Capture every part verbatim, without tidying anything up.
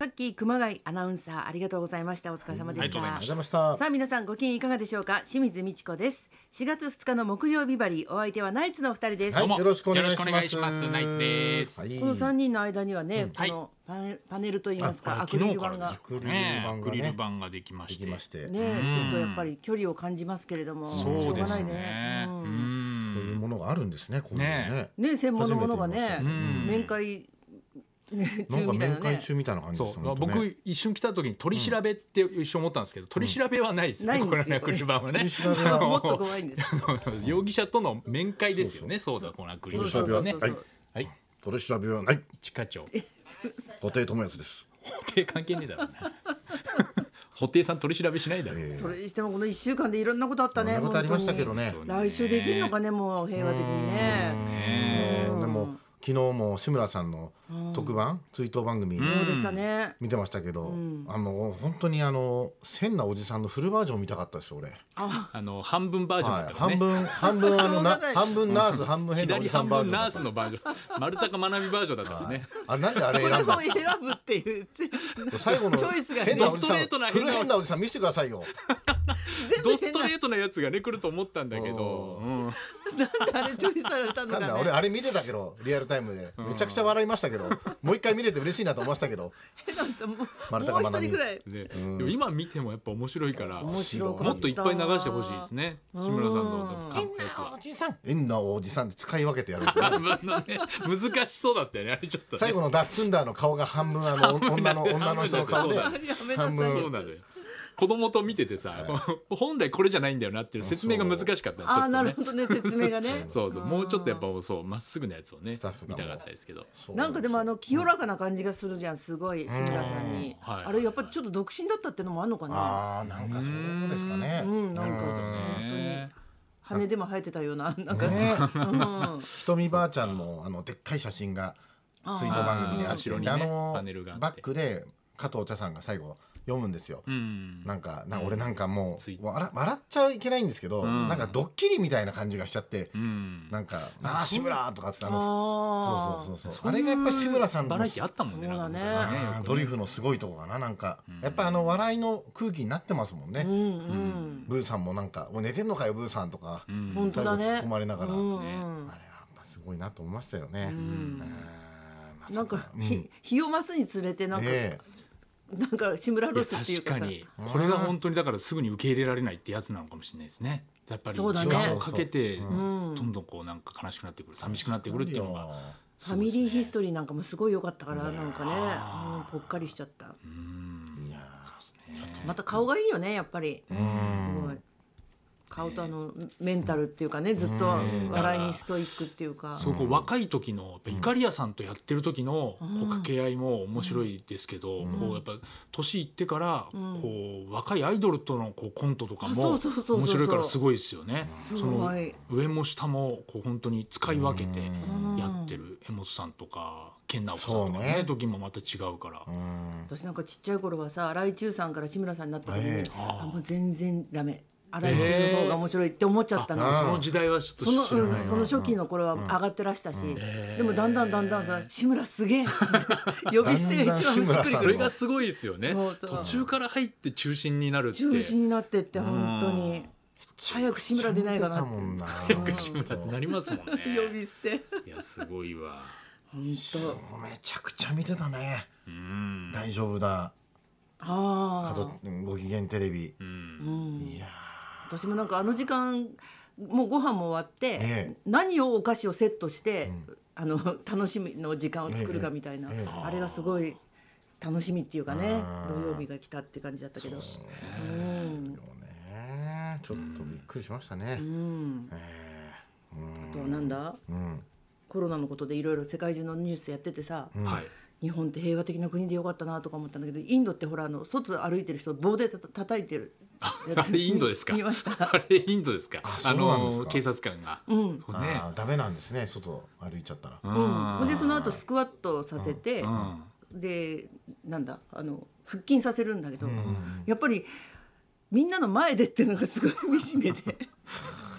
パッキー熊谷アナウンサー、ありがとうございました。お疲れ様でした。 ありがとうございました。 さあ皆さんご機嫌いかがでしょうか。清水美智子です。しがつふつかの木曜日バリ、お相手はナイツのお二人です。 はい、よろしくお願いします。 よろしくお願いします。ナイツです。 はい、 この三人の間にはね、 うんこのパネ、パネルといいますか、 あアクリル板が昨日からね、アクリル板ができまして、 できましてね、ちょっとやっぱり距離を感じますけれども、しょそうですうがないね。 ね。 うんうんそういうものがあるんですね。こういうのね。 ね、専門のものがね、 初めて見ました面会ねなんか中みたいなね。 面会中みたいな感じです。 そう、 本当ね僕一瞬来た時に取り調べって一瞬思ったんですけど、取り調べはないですよ、 ないんですよこれね、アクリル板はね。 取り調べはもっと怖いんです。 容疑者との面会ですよね。そうだ、このアクリル板はね。 そうそうそうそうはい、 取り調べはない。 一課長。 布袋友康です。 補定関係ねえだろうな。補定さん取り調べしないだろう。 えそれにしてもこの一週間でいろんなことあったね。 いろんなことありましたけどね本当に来週できるのかね、もう平和的にね。 えでも昨日も志村さんの特番追悼番組そうでしたね。 見てましたけど、あの本当にあの変なおじさんのフルバージョン見たかったですよ俺。 あの半分バージョンだはい、 ったからね。 半分半分あのなしょうがない半分ナース半分変なおじさ左半分んバージョンだったナースのバージョン、丸高まなみバージョンだったからね。 あなんであれこれ選んだを選ぶっていう最後のチョイスが変なおじさんドストレートなフル変なおじさん見せてくださいよ。 ドストレートなやつがね来ると思ったんだけど、うんあれチョイスされたのなんだがね。 俺あれ見てたけどリアルタイムでめちゃくちゃ笑いましたけど、もう一回見れて嬉しいなと思いましたけど。 変なおじさんももう丸高まなみ一人ぐらい。 ね、でも今見てもやっぱ面白いから、 面白かった。 もっといっぱい流してほしいですね。志村さんのやつは。 じさん変なおじさんって使い分けてやるんですよ。 あのね、難しそうだったよね、あれちょっとね。 最後のダッフンダーの顔が半分あの女の女の人の顔で半やめなさい半そう分。 なのよ。子供と見ててさ、本来これじゃないんだよなっていう説明が難しかった。 ああ、なるね。 ほどね、説明がね。 そうそう、もうちょっとやっぱそうまっすぐなやつをねスタッフが見たかったですけど。 そうなんかでもあの清らかな感じがするじゃん、すごい志村さんに。 はいあれやっぱりちょっと独身だったってのもあるのかな。 ああなんかそうですかね。 うん、なんか本当に羽でも生えてたような、なんか。 ねうんひとみばあちゃんのあのでっかい写真が追悼番組であって、 後ろにねであのパネルがあってバックで加藤茶さんが最後読むんですよ。 うん。 なんかな俺なんかもついう笑笑っちゃいけないんですけど、なんかドッキリみたいな感じがしちゃって、 うん。 なんか「ああ志村」とかってあのあそうそうそうそうあれがやっぱり志村さんのバラエティあったもんね。 そうだねなんか昔あードリフのすごいとこかな。なんかやっぱあの笑いの空気になってますもんね。 あ、うんうん。 ブーさんもなんか「もう寝てんのかよブーさん」とか本当だね。 最後突っ込まれながら、 うんうんあれやっぱすごいなと思いましたよね。えーまさなんかひ日を増すにつれてなんかねなんか志村いやロスっていうかさ。 確かにこれが本当にだからすぐに受け入れられないってやつなのかもしれないですね。やっぱりそうだね時間をかけてどんどんこうなんか悲しくなってくる、寂しくなってくるっていうのが。 ファミリーヒストリーなんかもすごい良かったからなんかね、うんぽっかりしちゃった。 いやまた顔がいいよねやっぱり。すごい。顔とあのメンタルっていうかね、ずっと笑いにストイックっていうか。 そうこう若い時のやっぱイカリアさんとやってる時のこう掛け合いも面白いですけど、こうやっぱ年いってからこう若いアイドルとのこうコントとかあもそうそうそうそう面白いからすごいですよね。 すそのごい。 上も下もこう本当に使い分けてやってる江本さんとか健直子さんとかそうねね時もまた違うから。 私なんかちっちゃい頃はさ、新井中さんから志村さんになった時えに、あもう全然ダメ。新井中の方が面白いって思っちゃったの。 その時代はちょっとその、 知らないうん、その初期の頃は上がってらしたし、でもだんだんだんだんさ志村すげえ呼び捨てが一番しっくりだんだん志村さんのそくるれがすごいですよね。 そうそう途中から入って中心になるって。 中心になってって本当に早く志村出ないかなってもんな志村ってなりますもんね。 呼び捨ていやすごいわ。 本めちゃくちゃ見てたね。 うん。 大丈夫だ当あ加藤ご機嫌テレビ。 うん。 いやあ私もなんかあの時間もうご飯も終わって、 ええ何をお菓子をセットして、あの楽しみの時間を作るかみたいな、 ええええあれがすごい楽しみっていうかねあー土曜日が来たって感じだったけどうんーよねちょっとびっくりしましたね。 うんえーあとはなんだうんコロナのことでいろいろ世界中のニュースやっててさ、 はい。 日本って平和的な国でよかったなとか思ったんだけど、インドってほらあの外歩いてる人棒でたた叩いてるやつあれインドですか。 見ましたあれインドですか。 ああそうなんですかの警察官が。 うんね。 あーダメなんですね外歩いちゃったら。 うん、ほんでその後スクワットさせて、 うん。 でなんだあの腹筋させるんだけど、やっぱりみんなの前でっていうのがすごい惨めで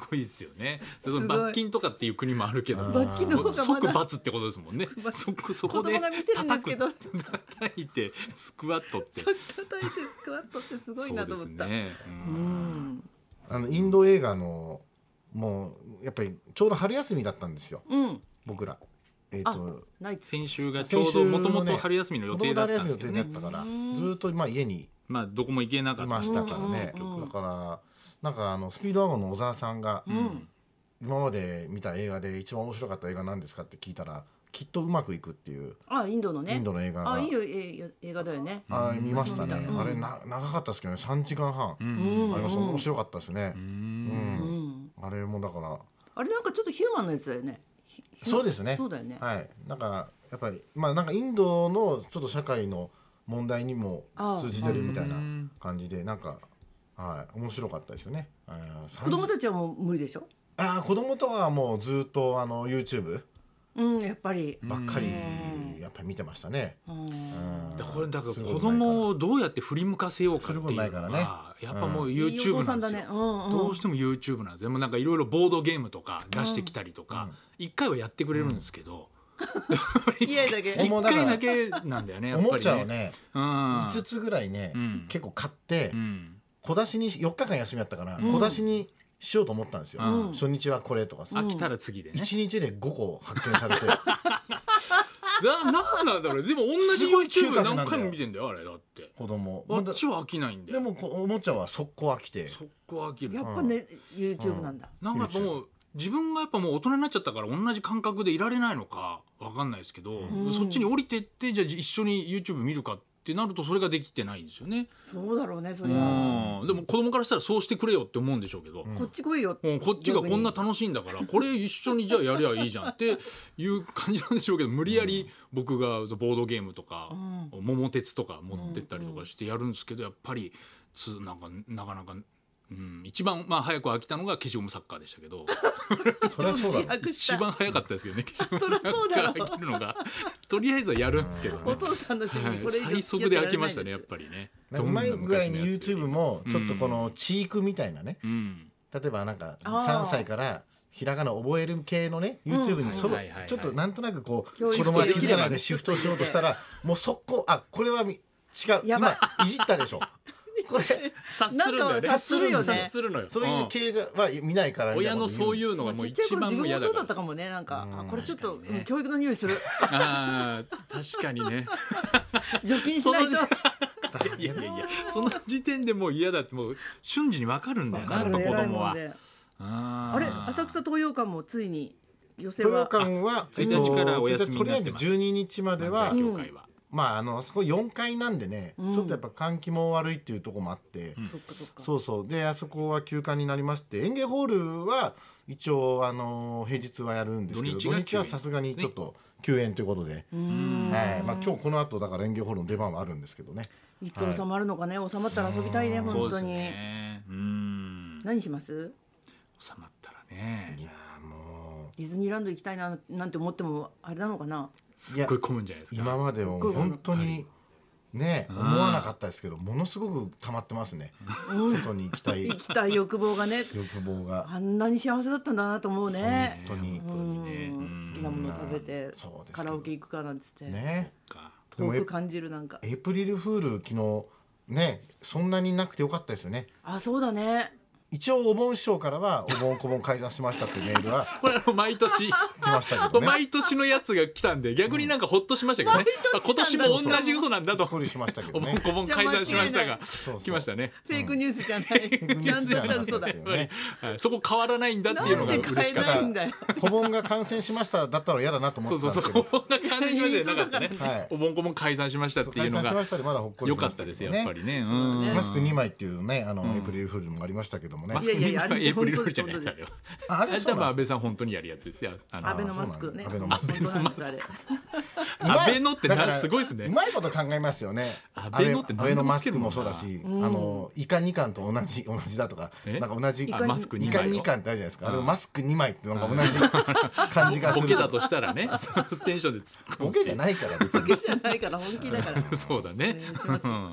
ごいですよね。そのごい罰金とかっていう国もあるけど、 罰金の方がまだ即罰ってことですもんね。 罰そこそこ子で供が見てるんですけど叩く叩いてスクワットって叩いてスクワットってすごいなと思った。 そうですね。ううんんあのインド映画のもうやっぱりちょうど春休みだったんですようん僕ら。えっ、 あとナイツ先週がちょうどもともと春休みの予定だったんですけどね。 元々春休みの予定だったからずっとまあ家にまあどこも行けなかったいましたからね、 うんうんうんだからなんかあのスピードワゴンの小沢さんが、 ん今まで見た映画で一番面白かった映画なんですかって聞いたらきっとうまくいくっていうあインドのねインドの映画があいいよえ映画だよね。 あれ見ましたね、 うんあれな長かったですけどねさんじかんはん、 うんあります面白かったですね、 ううんうんあれもだからあれなんかちょっとヒューマンなやつだよね。ヒそうですねそうだよね。 はいなんかやっぱりまあなんかインドのちょっと社会の問題にも通じてるみたいな感じでなんかはい面白かったですよね。あー子供たちはもう無理でしょ。 あー子供とはもうずっとあの YouTube うんやっぱり。 ばっかりやっぱり見てましたね。 うんうんだからこれだからする子ことないから供をどうやって振り向かせようかっていうのすることないからねはやっぱもういいお YouTube 父さなんですよんだね。うんうんどうしても YouTube なんですよ。でもなんかいろいろボードゲームとか出してきたりとか一回はやってくれるんですけど付き合いだけ。 うん一回だけなんだよねやおもっぱりね。 ちゃをねうんいつつぐらいね、 うん結構買ってうん小出しによっかかん休みやったから、 うん小出しにしようと思ったんですよ、 うん初日はこれとかさ、 飽きたら次でね。 いちにちでごこ発見されてななんなんだろう。でも同じすごい嗅 YouTube 覚なんだよ何回も見てんだよあれだって。 子供あっちは飽きないんだよ。 でもこおもちゃは速攻飽きてそこは飽きる。 やっぱね YouTube なんだ。 なんかやっぱもう自分がやっぱもう大人になっちゃったから同じ感覚でいられないのかわかんないですけど、 んそっちに降りてってじゃあ一緒に YouTube 見るかってなるとそれができてないんですよね。 そうだろうねそりゃ。 うんでも子供からしたらそうしてくれよって思うんでしょうけど、 こっち来いよ。 うんこっちがこんな楽しいんだからこれ一緒にじゃあやりゃいいじゃんっていう感じなんでしょうけど無理やり僕がボードゲームとか、桃鉄とか持ってったりとかしてやるんですけどやっぱりつなんかなかなか。うん、一番まあ早く飽きたのが消しゴムサッカーでしたけどそりゃそうだ自白した一番早かったですけどね消しゴムサそりゃそうだろッカー飽きるのがとりあえずはやるんですけどね、 お父さんの趣味にこれ以上はい、最速で飽きましたねやっぱりね。 なんかうまい具合に YouTube もちょっとこうんのチークみたいなね、 うん例えばなんかあーさんさいからひらがな覚える系のね YouTube にそのはいはいはいはいちょっとなんとなくこう教育子供が気づかない的なでシフトしようとしたらもう速攻あこれはみ違うやばい今いじったでしょこれ察するんだよね。 なんか察するよね察するのよ。 そういう系じゃは見ないからみたい親のなこと言そういうのがもうちっちゃい一番頃自分も嫌だからそうだったかもねなんかあこれちょっと確かにねうん教育の匂いするあー確かにね除菌しないと。 いやいやいやその時点でもう嫌だってもう瞬時に分かるんだよなやっぱ子偉い供は。 もんで。 ああれ浅草東洋館もついに寄せ東洋は館は 1日からお休みとりあえずになってますじゅうににちまでは漫才協会はまああのあそこよんかいなんでねちょっとやっぱ換気も悪いっていうところもあってそっかそっか。 そうそうであそこは休館になりまして演芸ホールは一応あの平日はやるんですけど土日が土日はさすがにちょっと休園ということで、はいまあ、今日この後だから演芸ホールの出番はあるんですけどねいつ収まるのかね収まったら遊びたいねそうです本当に。 ねうん何します？ 収まったらねいやーもディズニーランド行きたいななんて思ってもあれなのかな。 すっごい混むんじゃないですか。 う今までも本当にね思わなかったですけどものすごく溜まってますね外に行きたい行きたい欲望がね欲望があんなに幸せだったんだなと思うね。 本当にうんね好きなもの食べてそうですけどカラオケ行くかなんつって、 ねか遠く感じるなんか。 エイプリルフール昨日ねそんなになくてよかったですよねあそうだね。 一応お盆師匠からはお盆小盆解散しましたっていうメールはこれあの毎年来ましたけどね毎年のやつが来たんで逆になんかほっとしましたけどね、あ今年も同じ嘘なんだとびっくりしましたけどお盆ねこぼん改ざんしましたがそうそう来ましたね。 フェイクニュースじゃない、ちゃんとした嘘だ。 よねはいそこ変わらないんだっていうのがなんで変え嬉しかった。 ないんだよ。 小盆が感染しましただったら嫌だなと思そうってたそうそうんですけどこんな感じまでなかったね言いそうだからはいお盆こぼん解散しましたっていうのが解散しましたでまだほっこり良しましたけどかったですよやっぱりね。 そうだねうんマスクにまいっていうねあのエイプリルフールもありましたけどもねマスクいやいやあれエイプリルフールじゃない本当ですですよ。 ああれあれ多分安そうなんです倍さん本当にやるやつですよ。あの安倍のマスクね。 安倍のマスク本当なんですあれ。 安倍のってなだからすごいですねう。まいこと考えますよね安倍のって安倍の何でもつけマスクもるもんなそうだし、あのイカ二貫と同じ同じだとかえなんか同じイカあマスクイカにまいを二貫ってあるじゃないですかあれマスクにまいってなんか同じ感じがするボケだとしたらねテンションで突っ込むボケじゃないから別にボケじゃないから本気だから。 そうだねお願いしますうん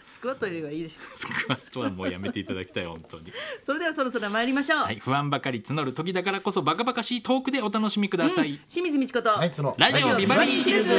スクワットよりはいいでしょスクワットはもうやめていただきたい本当に。 それではそろそろ参りましょう、 はい、不安ばかり募る時だからこそバカバカしいトークでお楽しみください、 うん、清水美智子とナイツのラジオビバリーヒルズ。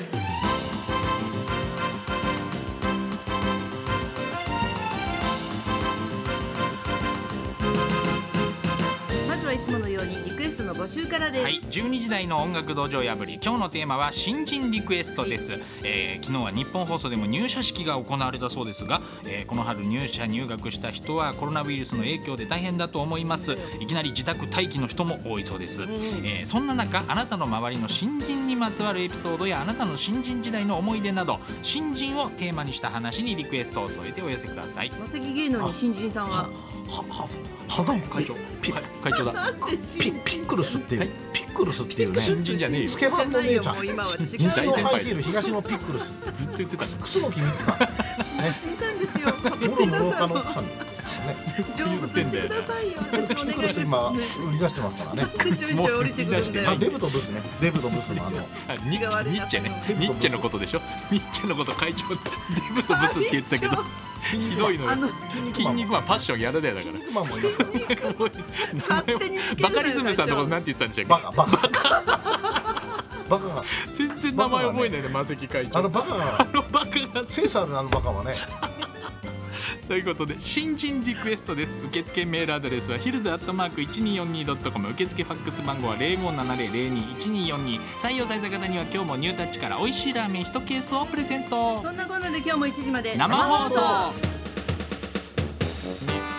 まずはいつものようにリクエストの募集からです。 はい、じゅうにじ台の音楽道場破り、今日のテーマは新人リクエストです。えー、昨日は日本放送でも入社式が行われたそうですが、えー、この春入社入学した人はコロナウイルスの影響で大変だと思います。いきなり自宅待機の人も多いそうです、うん、えー、そんな中、あなたの周りの新人にまつわるエピソードやあなたの新人時代の思い出など、新人をテーマにした話にリクエストを添えてお寄せください。 マセキ芸能に新人さんははは花屋会長、ピ会長だ。 ピピックルスっていう、はい、ピックルスっていうね、 新人じゃねえよ。 スケバンの姉ちゃん、西のハイヒール、東のピックルスってずっと言ってた。 クスの秘密か。 ね、知りたいんですよ。 モロモロカの奥さんですからね。 成仏してくださいよ。私のお願いです。 今売り出してますからね。 ちょいちょい降りてくるんだよ。 デブとブスね。デブとブスのあのニッチェね。ニッチェのことでしょ。ニッチェのこと会長デブとブスって言ってたけど。ひどいのよ。筋肉マンパッションやるだよだから。 筋肉マンもいますから。 バカリズムさんのことなんて言ってたんでしたっけ。 バカバカ。バカが全然名前覚えないで、マセキ会長。 あのバカが、 あのバカがセンスあるあのバカはね。 ということで新人リクエストです。受付メールアドレスはヒルズアットマーク いちにーよんにードットコム、 受付ファックス番号は ゼロごーななゼロ ゼロにーいちにーよんにー。 採用された方には今日もニュータッチから美味しいラーメンいちケースをプレゼント。 そんなこんなで今日もいちじまで生放送。